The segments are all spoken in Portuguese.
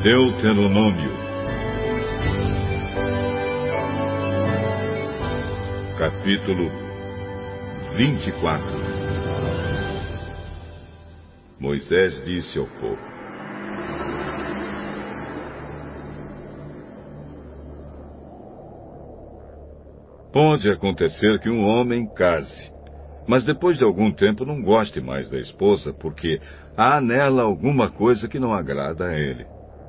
Deuteronômio, capítulo 24. Moisés disse ao povo: Pode acontecer que um homem case, mas depois de algum tempo não goste mais da esposa, porque há nela alguma coisa que não agrada a ele.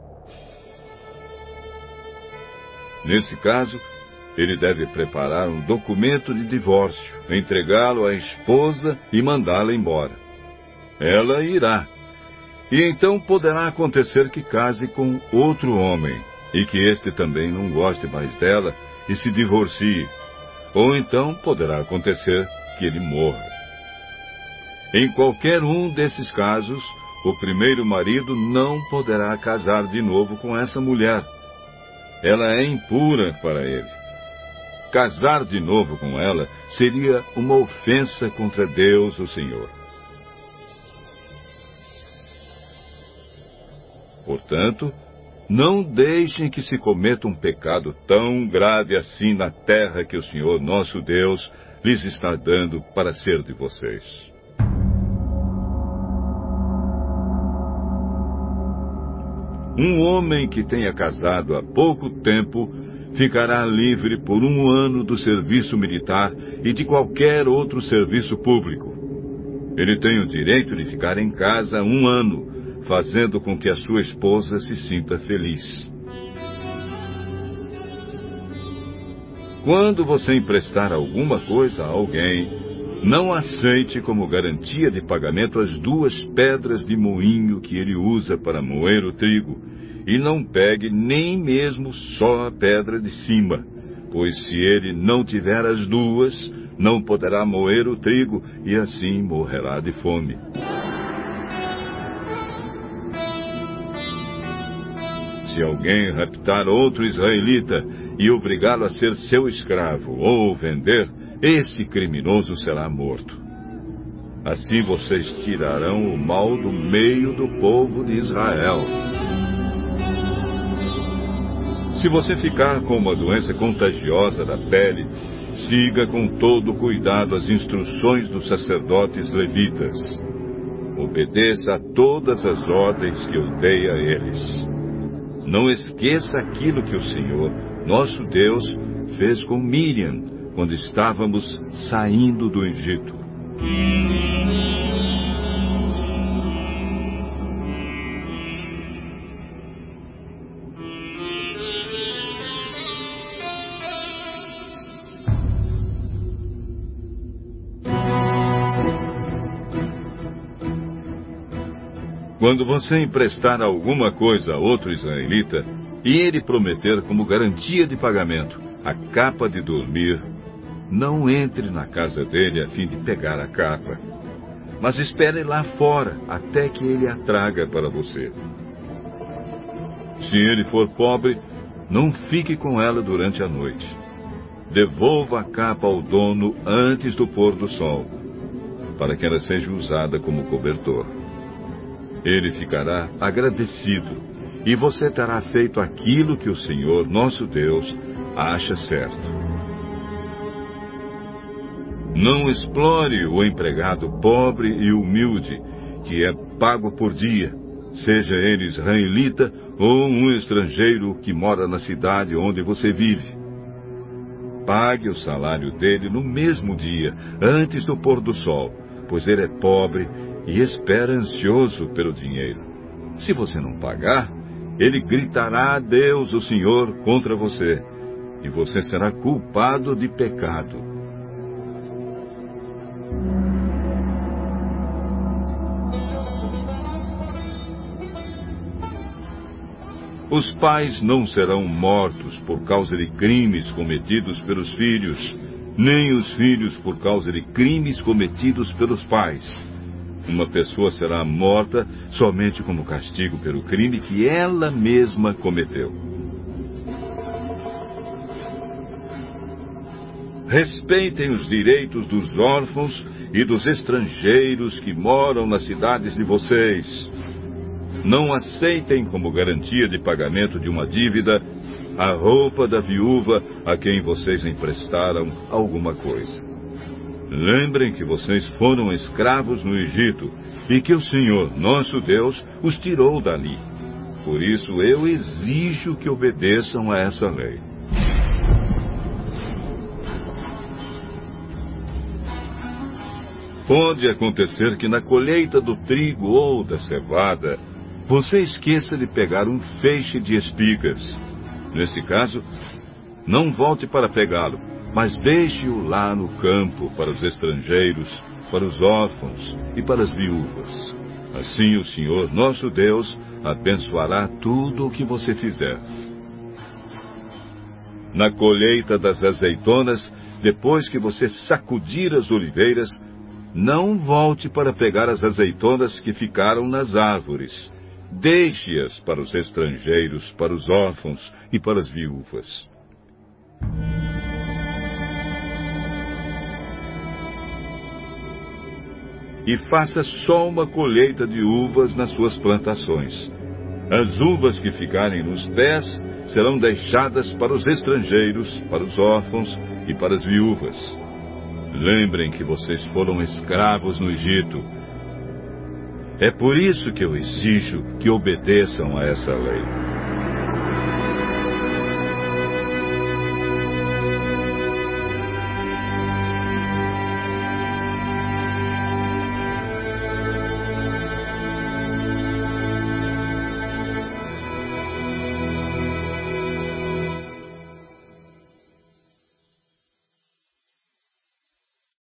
Nesse caso, ele deve preparar um documento de divórcio, entregá-lo à esposa e mandá-la embora. Ela irá. E então poderá acontecer que case com outro homem, e que este também não goste mais dela e se divorcie. Ou então poderá acontecer que ele morra. Em qualquer um desses casos, o primeiro marido não poderá casar de novo com essa mulher. Ela é impura para ele. Casar de novo com ela seria uma ofensa contra Deus, o Senhor. Portanto, não deixem que se cometa um pecado tão grave assim na terra que o Senhor, nosso Deus, lhes está dando para ser de vocês. Um homem que tenha casado há pouco tempo ficará livre por 1 ano do serviço militar e de qualquer outro serviço público. Ele tem o direito de ficar em casa 1 ano, fazendo com que a sua esposa se sinta feliz. Quando você emprestar alguma coisa a alguém, não aceite como garantia de pagamento as 2 pedras de moinho que ele usa para moer o trigo, e não pegue nem mesmo só a pedra de cima, pois se ele não tiver as 2, não poderá moer o trigo e assim morrerá de fome. Se alguém raptar outro israelita e obrigá-lo a ser seu escravo ou vender, esse criminoso será morto. Assim vocês tirarão o mal do meio do povo de Israel. Se você ficar com uma doença contagiosa da pele, siga com todo cuidado as instruções dos sacerdotes levitas. Obedeça a todas as ordens que eu dei a eles. Não esqueça aquilo que o Senhor, nosso Deus, fez com Miriam, quando estávamos saindo do Egito. Quando você emprestar alguma coisa a outro israelita, e ele prometer como garantia de pagamento a capa de dormir, não entre na casa dele a fim de pegar a capa, mas espere lá fora até que ele a traga para você. Se ele for pobre, não fique com ela durante a noite. Devolva a capa ao dono antes do pôr do sol, para que ela seja usada como cobertor. Ele ficará agradecido, e você terá feito aquilo que o Senhor, nosso Deus, acha certo. Não explore o empregado pobre e humilde, que é pago por dia, seja ele israelita ou um estrangeiro que mora na cidade onde você vive. Pague o salário dele no mesmo dia, antes do pôr do sol, pois ele é pobre e espera ansioso pelo dinheiro. Se você não pagar, ele gritará a Deus, o Senhor, contra você, e você será culpado de pecado. Os pais não serão mortos por causa de crimes cometidos pelos filhos, nem os filhos por causa de crimes cometidos pelos pais. Uma pessoa será morta somente como castigo pelo crime que ela mesma cometeu. Respeitem os direitos dos órfãos e dos estrangeiros que moram nas cidades de vocês. Não aceitem como garantia de pagamento de uma dívida a roupa da viúva a quem vocês emprestaram alguma coisa. Lembrem que vocês foram escravos no Egito e que o Senhor, nosso Deus, os tirou dali. Por isso eu exijo que obedeçam a essa lei. Pode acontecer que na colheita do trigo ou da cevada, você esqueça de pegar um feixe de espigas. Nesse caso, não volte para pegá-lo, mas deixe-o lá no campo para os estrangeiros, para os órfãos e para as viúvas. Assim o Senhor, nosso Deus, abençoará tudo o que você fizer. Na colheita das azeitonas, depois que você sacudir as oliveiras, não volte para pegar as azeitonas que ficaram nas árvores. Deixe-as para os estrangeiros, para os órfãos e para as viúvas. E faça só uma colheita de uvas nas suas plantações. As uvas que ficarem nos pés serão deixadas para os estrangeiros, para os órfãos e para as viúvas. Lembrem que vocês foram escravos no Egito. É por isso que eu exijo que obedeçam a essa lei.